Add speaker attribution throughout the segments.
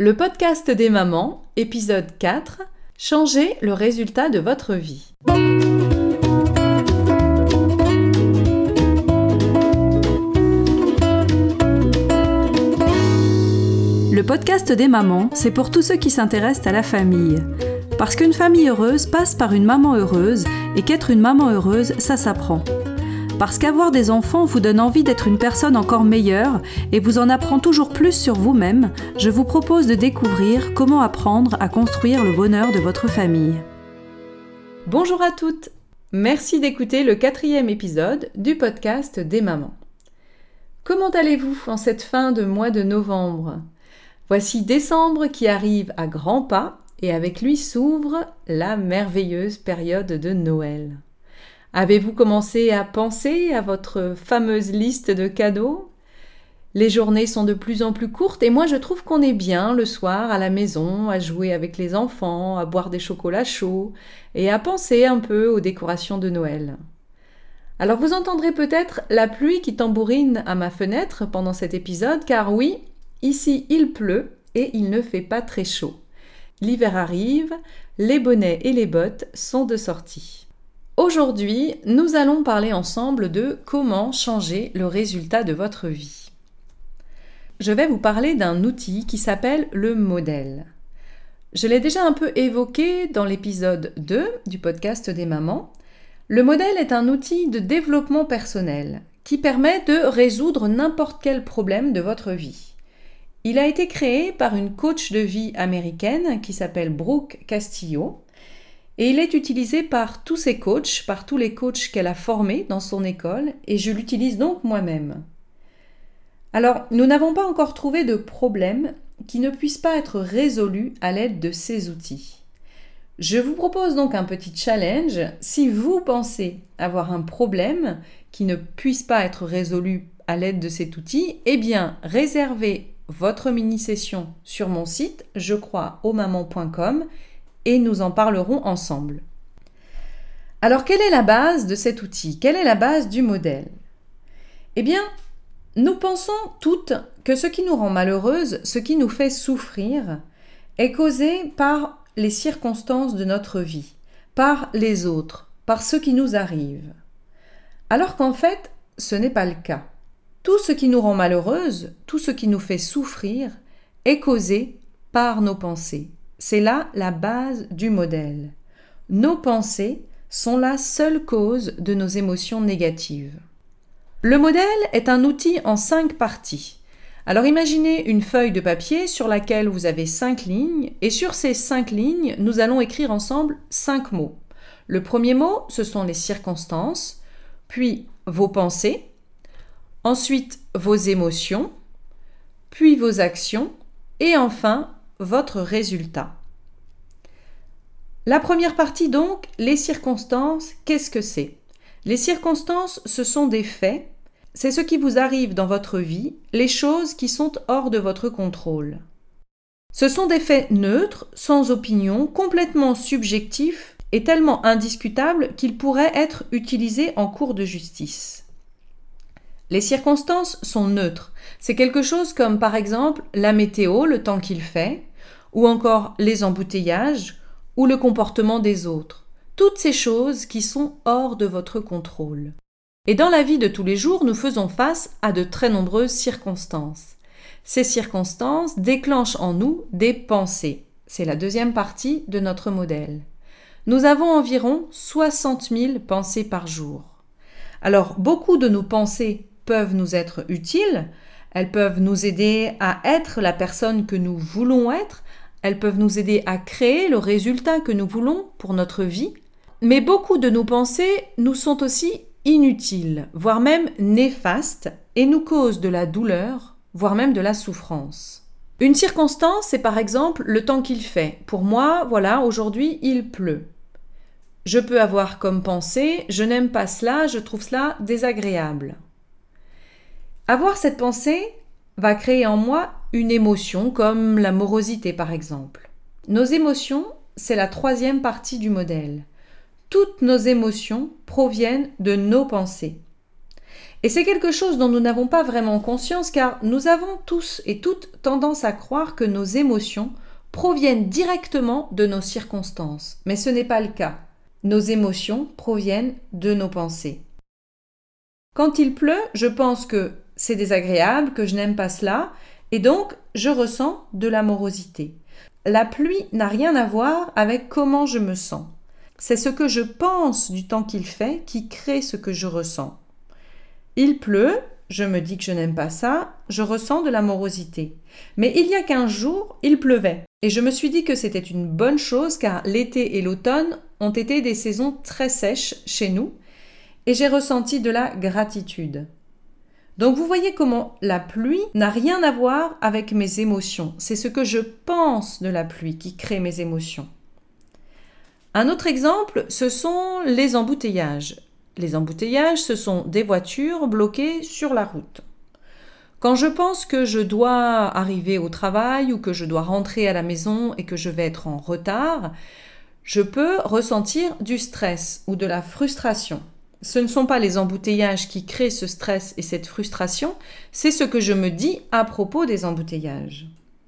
Speaker 1: Le podcast des mamans, épisode 4, Changez le résultat de votre vie. Le podcast des mamans, c'est pour tous ceux qui s'intéressent à la famille. Parce qu'une famille heureuse passe par une maman heureuse et qu'être une maman heureuse, ça s'apprend. Parce qu'avoir des enfants vous donne envie d'être une personne encore meilleure et vous en apprend toujours plus sur vous-même, je vous propose de découvrir comment apprendre à construire le bonheur de votre famille. Bonjour à toutes! Merci d'écouter le 4e épisode du podcast des mamans. Comment allez-vous en cette fin de mois de novembre? Voici décembre qui arrive à grands pas et avec lui s'ouvre la merveilleuse période de Noël. Avez-vous commencé à penser à votre fameuse liste de cadeaux? Les journées sont de plus en plus courtes et moi je trouve qu'on est bien le soir à la maison, à jouer avec les enfants, à boire des chocolats chauds et à penser un peu aux décorations de Noël. Alors vous entendrez peut-être la pluie qui tambourine à ma fenêtre pendant cet épisode car oui, ici il pleut et il ne fait pas très chaud. L'hiver arrive, les bonnets et les bottes sont de sortie. Aujourd'hui, nous allons parler ensemble de comment changer le résultat de votre vie. Je vais vous parler d'un outil qui s'appelle le modèle. Je l'ai déjà un peu évoqué dans l'épisode 2 du podcast des mamans. Le modèle est un outil de développement personnel qui permet de résoudre n'importe quel problème de votre vie. Il a été créé par une coach de vie américaine qui s'appelle Brooke Castillo. Et il est utilisé par tous ses coachs, par tous les coachs qu'elle a formés dans son école, et je l'utilise donc moi-même. Alors, nous n'avons pas encore trouvé de problème qui ne puisse pas être résolu à l'aide de ces outils. Je vous propose donc un petit challenge. Si vous pensez avoir un problème qui ne puisse pas être résolu à l'aide de cet outil, eh bien, réservez votre mini-session sur mon site, jecroisauxmamans.com, et nous en parlerons ensemble. Alors, quelle est la base de cet outil? Quelle est la base du modèle? Eh bien, nous pensons toutes que ce qui nous rend malheureuses, ce qui nous fait souffrir, est causé par les circonstances de notre vie, par les autres, par ce qui nous arrive. Alors qu'en fait, ce n'est pas le cas. Tout ce qui nous rend malheureuses, tout ce qui nous fait souffrir, est causé par nos pensées. C'est là la base du modèle. Nos pensées sont la seule cause de nos émotions négatives. Le modèle est un outil en 5 parties. Alors imaginez une feuille de papier sur laquelle vous avez 5 lignes et sur ces 5 lignes, nous allons écrire ensemble 5 mots. Le premier mot, ce sont les circonstances, puis vos pensées, ensuite vos émotions, puis vos actions et enfin votre résultat. La première partie donc, les circonstances, qu'est-ce que c'est? Les circonstances, ce sont des faits, c'est ce qui vous arrive dans votre vie, les choses qui sont hors de votre contrôle. Ce sont des faits neutres, sans opinion, complètement subjectifs et tellement indiscutables qu'ils pourraient être utilisés en cour de justice. Les circonstances sont neutres. C'est quelque chose comme par exemple la météo, le temps qu'il fait, ou encore les embouteillages, ou le comportement des autres. Toutes ces choses qui sont hors de votre contrôle. Et dans la vie de tous les jours, nous faisons face à de très nombreuses circonstances. Ces circonstances déclenchent en nous des pensées. C'est la deuxième partie de notre modèle. Nous avons environ 60 000 pensées par jour. Alors, beaucoup de nos pensées peuvent nous être utiles, elles peuvent nous aider à être la personne que nous voulons être, elles peuvent nous aider à créer le résultat que nous voulons pour notre vie, mais beaucoup de nos pensées nous sont aussi inutiles, voire même néfastes, et nous causent de la douleur, voire même de la souffrance. Une circonstance, c'est par exemple le temps qu'il fait. Pour moi, voilà, aujourd'hui, il pleut. Je peux avoir comme pensée, je n'aime pas cela, je trouve cela désagréable. Avoir cette pensée va créer en moi une émotion comme la morosité par exemple. Nos émotions, c'est la 3e partie du modèle. Toutes nos émotions proviennent de nos pensées. Et c'est quelque chose dont nous n'avons pas vraiment conscience car nous avons tous et toutes tendance à croire que nos émotions proviennent directement de nos circonstances. Mais ce n'est pas le cas. Nos émotions proviennent de nos pensées. Quand il pleut, je pense que c'est désagréable, que je n'aime pas cela, et donc je ressens de la morosité. La pluie n'a rien à voir avec comment je me sens. C'est ce que je pense du temps qu'il fait qui crée ce que je ressens. Il pleut, je me dis que je n'aime pas ça, je ressens de la morosité. Mais il y a 15 jours, il pleuvait. Et je me suis dit que c'était une bonne chose car l'été et l'automne ont été des saisons très sèches chez nous et j'ai ressenti de la gratitude. Donc vous voyez comment la pluie n'a rien à voir avec mes émotions. C'est ce que je pense de la pluie qui crée mes émotions. Un autre exemple, ce sont les embouteillages. Les embouteillages, ce sont des voitures bloquées sur la route. Quand je pense que je dois arriver au travail ou que je dois rentrer à la maison et que je vais être en retard, je peux ressentir du stress ou de la frustration. Ce ne sont pas les embouteillages qui créent ce stress et cette frustration, c'est ce que je me dis à propos des embouteillages.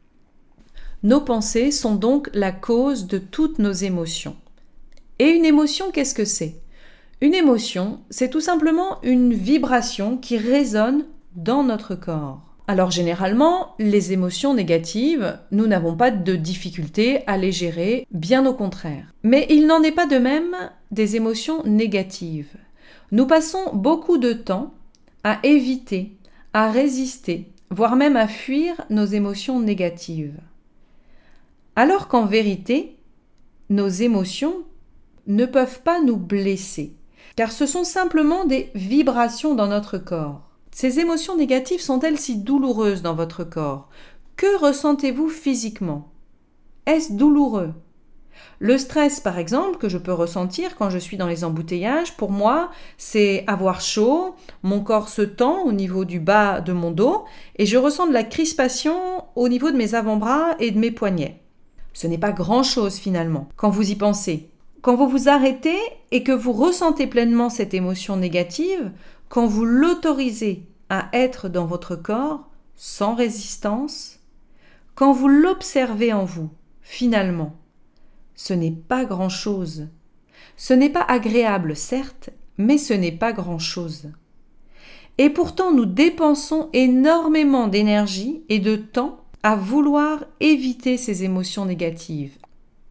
Speaker 1: Nos pensées sont donc la cause de toutes nos émotions. Et une émotion, qu'est-ce que c'est ? Une émotion, c'est tout simplement une vibration qui résonne dans notre corps. Alors généralement, les émotions négatives, nous n'avons pas de difficulté à les gérer, bien au contraire. Mais il n'en est pas de même des émotions négatives. Nous passons beaucoup de temps à éviter, à résister, voire même à fuir nos émotions négatives. Alors qu'en vérité, nos émotions ne peuvent pas nous blesser, car ce sont simplement des vibrations dans notre corps. Ces émotions négatives sont-elles si douloureuses dans votre corps ? Que ressentez-vous physiquement ? Est-ce douloureux ? Le stress, par exemple, que je peux ressentir quand je suis dans les embouteillages, pour moi, c'est avoir chaud, mon corps se tend au niveau du bas de mon dos et je ressens de la crispation au niveau de mes avant-bras et de mes poignets. Ce n'est pas grand-chose finalement, quand vous y pensez. Quand vous vous arrêtez et que vous ressentez pleinement cette émotion négative, quand vous l'autorisez à être dans votre corps, sans résistance, quand vous l'observez en vous, finalement, ce n'est pas grand-chose. Ce n'est pas agréable, certes, mais ce n'est pas grand-chose. Et pourtant, nous dépensons énormément d'énergie et de temps à vouloir éviter ces émotions négatives.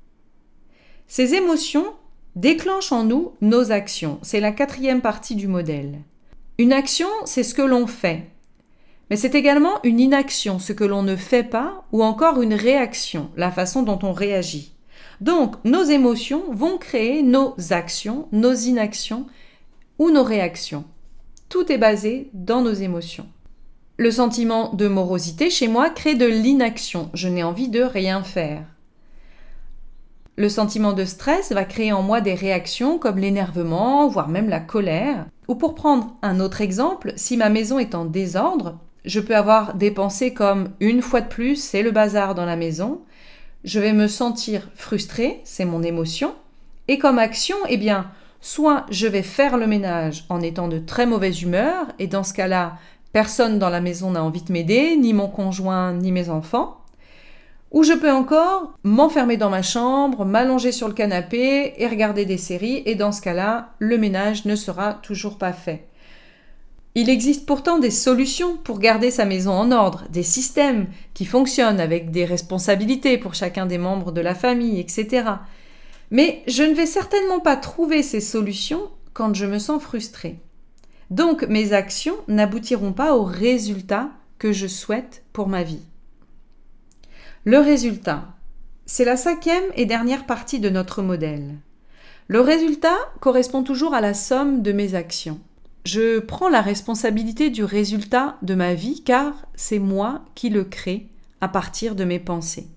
Speaker 1: Ces émotions déclenchent en nous nos actions. C'est la 4e partie du modèle. Une action, c'est ce que l'on fait. Mais c'est également une inaction, ce que l'on ne fait pas, ou encore une réaction, la façon dont on réagit. Donc, nos émotions vont créer nos actions, nos inactions ou nos réactions. Tout est basé dans nos émotions. Le sentiment de morosité chez moi crée de l'inaction. Je n'ai envie de rien faire. Le sentiment de stress va créer en moi des réactions comme l'énervement, voire même la colère. Ou pour prendre un autre exemple, si ma maison est en désordre, je peux avoir des pensées comme « une fois de plus, c'est le bazar dans la maison ». Je vais me sentir frustrée, c'est mon émotion. Et comme action, soit je vais faire le ménage en étant de très mauvaise humeur, et dans ce cas-là, personne dans la maison n'a envie de m'aider, ni mon conjoint, ni mes enfants. Ou je peux encore m'enfermer dans ma chambre, m'allonger sur le canapé et regarder des séries, et dans ce cas-là, le ménage ne sera toujours pas fait. Il existe pourtant des solutions pour garder sa maison en ordre, des systèmes qui fonctionnent avec des responsabilités pour chacun des membres de la famille, etc. Mais je ne vais certainement pas trouver ces solutions quand je me sens frustrée. Donc mes actions n'aboutiront pas au résultat que je souhaite pour ma vie. Le résultat, c'est la 5e et dernière partie de notre modèle. Le résultat correspond toujours à la somme de mes actions. Je prends la responsabilité du résultat de ma vie car c'est moi qui le crée à partir de mes pensées.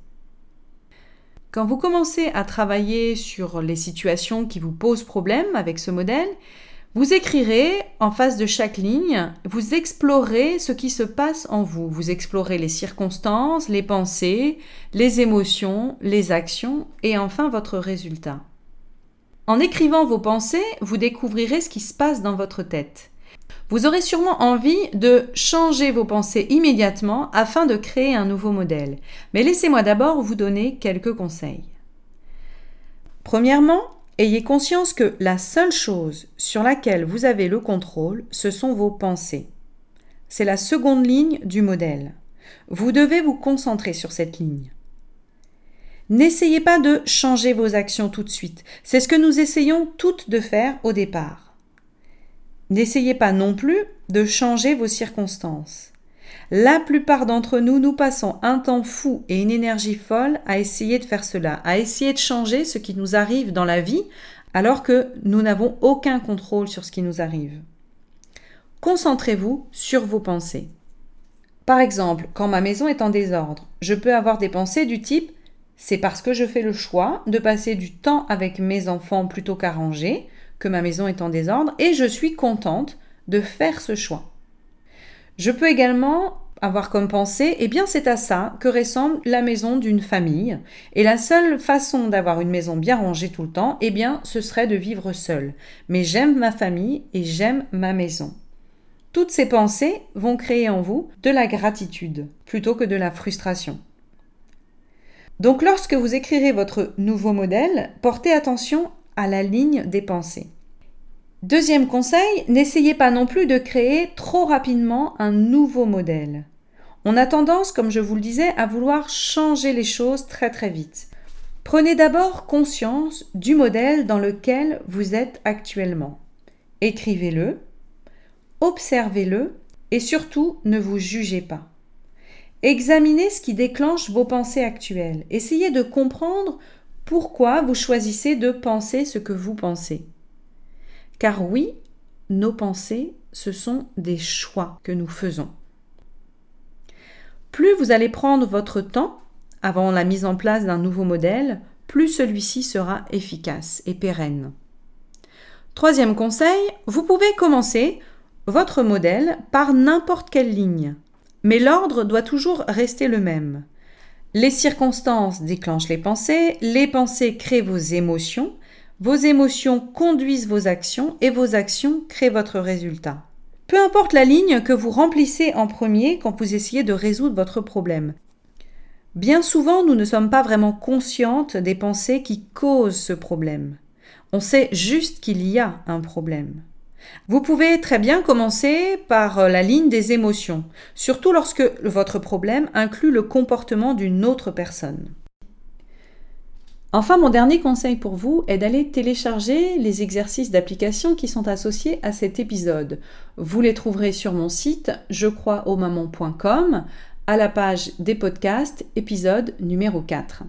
Speaker 1: Quand vous commencez à travailler sur les situations qui vous posent problème avec ce modèle, vous écrirez en face de chaque ligne, vous explorez ce qui se passe en vous. Vous explorez les circonstances, les pensées, les émotions, les actions et enfin votre résultat. En écrivant vos pensées, vous découvrirez ce qui se passe dans votre tête. Vous aurez sûrement envie de changer vos pensées immédiatement afin de créer un nouveau modèle. Mais laissez-moi d'abord vous donner quelques conseils. Premièrement, ayez conscience que la seule chose sur laquelle vous avez le contrôle, ce sont vos pensées. C'est la seconde ligne du modèle. Vous devez vous concentrer sur cette ligne. N'essayez pas de changer vos actions tout de suite. C'est ce que nous essayons toutes de faire au départ. N'essayez pas non plus de changer vos circonstances. La plupart d'entre nous, nous passons un temps fou et une énergie folle à essayer de faire cela, à essayer de changer ce qui nous arrive dans la vie, alors que nous n'avons aucun contrôle sur ce qui nous arrive. Concentrez-vous sur vos pensées. Par exemple, quand ma maison est en désordre, je peux avoir des pensées du type « c'est parce que je fais le choix de passer du temps avec mes enfants plutôt qu'à ranger que ma maison est en désordre et je suis contente de faire ce choix ». Je peux également avoir comme pensée, eh bien c'est à ça que ressemble la maison d'une famille et la seule façon d'avoir une maison bien rangée tout le temps, eh bien ce serait de vivre seul. Mais j'aime ma famille et j'aime ma maison. Toutes ces pensées vont créer en vous de la gratitude plutôt que de la frustration. Donc lorsque vous écrirez votre nouveau modèle, portez attention à la ligne des pensées. Deuxième conseil, n'essayez pas non plus de créer trop rapidement un nouveau modèle. On a tendance, comme je vous le disais, à vouloir changer les choses très très vite. Prenez d'abord conscience du modèle dans lequel vous êtes actuellement. Écrivez-le, observez-le et surtout ne vous jugez pas. Examinez ce qui déclenche vos pensées actuelles. Essayez de comprendre pourquoi vous choisissez de penser ce que vous pensez. Car oui, nos pensées, ce sont des choix que nous faisons. Plus vous allez prendre votre temps avant la mise en place d'un nouveau modèle, plus celui-ci sera efficace et pérenne. Troisième conseil, vous pouvez commencer votre modèle par n'importe quelle ligne. Mais l'ordre doit toujours rester le même. Les circonstances déclenchent les pensées créent vos émotions conduisent vos actions et vos actions créent votre résultat. Peu importe la ligne que vous remplissez en premier quand vous essayez de résoudre votre problème. Bien souvent, nous ne sommes pas vraiment conscientes des pensées qui causent ce problème. On sait juste qu'il y a un problème. Vous pouvez très bien commencer par la ligne des émotions, surtout lorsque votre problème inclut le comportement d'une autre personne. Enfin, mon dernier conseil pour vous est d'aller télécharger les exercices d'application qui sont associés à cet épisode. Vous les trouverez sur mon site jecroisausmamans.com à la page des podcasts, épisode numéro 4.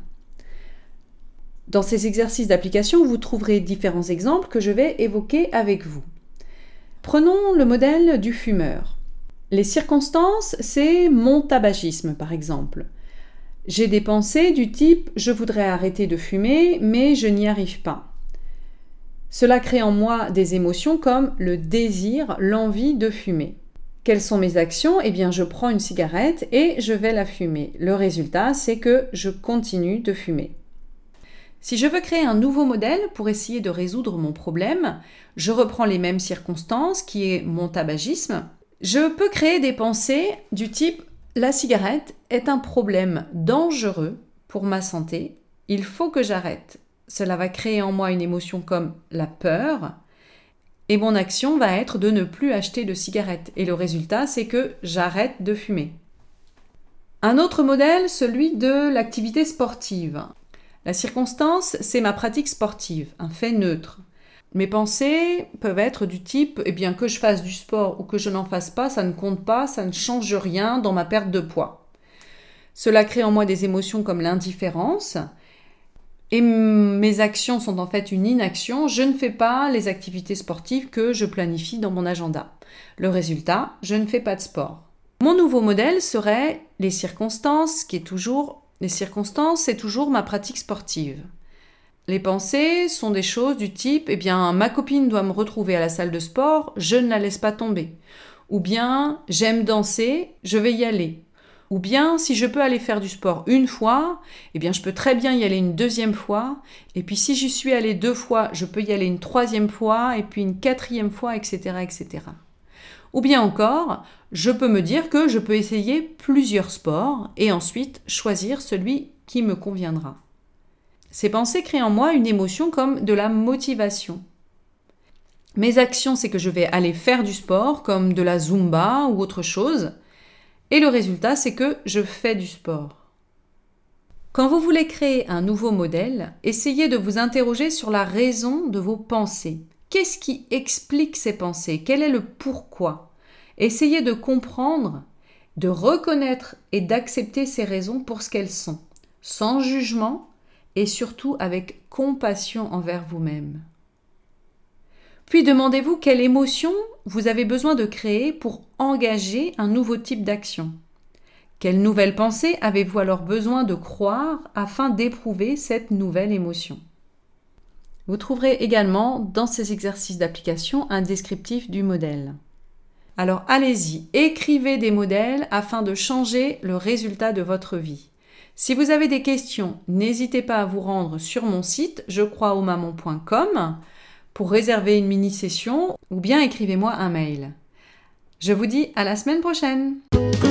Speaker 1: Dans ces exercices d'application, vous trouverez différents exemples que je vais évoquer avec vous. Prenons le modèle du fumeur. Les circonstances, c'est mon tabagisme par exemple. J'ai des pensées du type « je voudrais arrêter de fumer, mais je n'y arrive pas ». Cela crée en moi des émotions comme le désir, l'envie de fumer. Quelles sont mes actions ? Eh bien, je prends une cigarette et je vais la fumer. Le résultat, c'est que je continue de fumer. Si je veux créer un nouveau modèle pour essayer de résoudre mon problème, je reprends les mêmes circonstances, qui est mon tabagisme. Je peux créer des pensées du type « la cigarette est un problème dangereux pour ma santé, il faut que j'arrête ». Cela va créer en moi une émotion comme la peur, et mon action va être de ne plus acheter de cigarettes. Et le résultat, c'est que j'arrête de fumer. Un autre modèle, celui de l'activité sportive. La circonstance, c'est ma pratique sportive, un fait neutre. Mes pensées peuvent être du type « eh bien que je fasse du sport ou que je n'en fasse pas, ça ne compte pas, ça ne change rien dans ma perte de poids ». Cela crée en moi des émotions comme l'indifférence et mes actions sont en fait une inaction. Je ne fais pas les activités sportives que je planifie dans mon agenda. Le résultat, je ne fais pas de sport. Mon nouveau modèle serait les circonstances, les circonstances, c'est toujours ma pratique sportive. Les pensées sont des choses du type « eh bien, ma copine doit me retrouver à la salle de sport, je ne la laisse pas tomber ». Ou bien « j'aime danser, je vais y aller ». Ou bien « si je peux aller faire du sport une fois, eh bien, je peux très bien y aller une deuxième fois. Et puis si j'y suis allée 2 fois, je peux y aller une 3e fois, et puis une 4e fois, etc. etc. » Ou bien encore, je peux me dire que je peux essayer plusieurs sports et ensuite choisir celui qui me conviendra. Ces pensées créent en moi une émotion comme de la motivation. Mes actions, c'est que je vais aller faire du sport, comme de la Zumba ou autre chose, et le résultat, c'est que je fais du sport. Quand vous voulez créer un nouveau modèle, essayez de vous interroger sur la raison de vos pensées. Qu'est-ce qui explique ces pensées? Quel est le pourquoi? Essayez de comprendre, de reconnaître et d'accepter ces raisons pour ce qu'elles sont, sans jugement et surtout avec compassion envers vous-même. Puis demandez-vous quelle émotion vous avez besoin de créer pour engager un nouveau type d'action. Quelle nouvelle pensée avez-vous alors besoin de croire afin d'éprouver cette nouvelle émotion? Vous trouverez également dans ces exercices d'application un descriptif du modèle. Alors allez-y, écrivez des modèles afin de changer le résultat de votre vie. Si vous avez des questions, n'hésitez pas à vous rendre sur mon site jecroisausmamans.com pour réserver une mini-session ou bien écrivez-moi un mail. Je vous dis à la semaine prochaine!